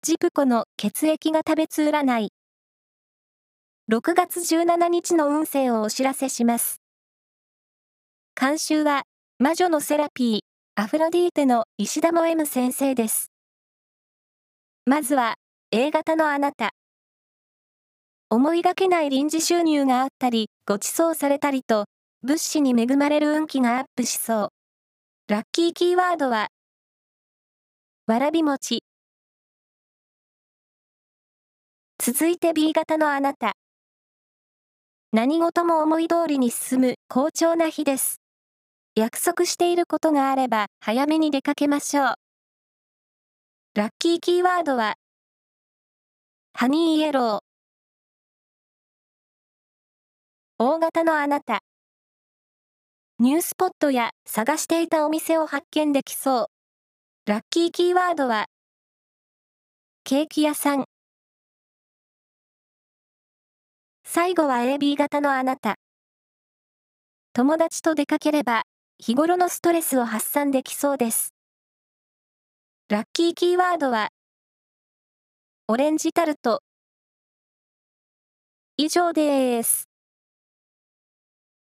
ジプコの血液が食べつ占い。6月17日の運勢をお知らせします。監修は、魔女のセラピー、アフロディーテの石田も M 先生です。まずは、A 型のあなた。思いがけない臨時収入があったり、ご馳走されたりと、物資に恵まれる運気がアップしそう。ラッキーキーワードは、わらび餅。続いて B 型のあなた。何事も思い通りに進む好調な日です。約束していることがあれば早めに出かけましょう。ラッキーキーワードは、ハニーイエロー。大型のあなた。ニュースポットや探していたお店を発見できそう。ラッキーキーワードは、ケーキ屋さん。最後は AB 型のあなた。友達と出かければ、日頃のストレスを発散できそうです。ラッキーキーワードは、オレンジタルト。以上です。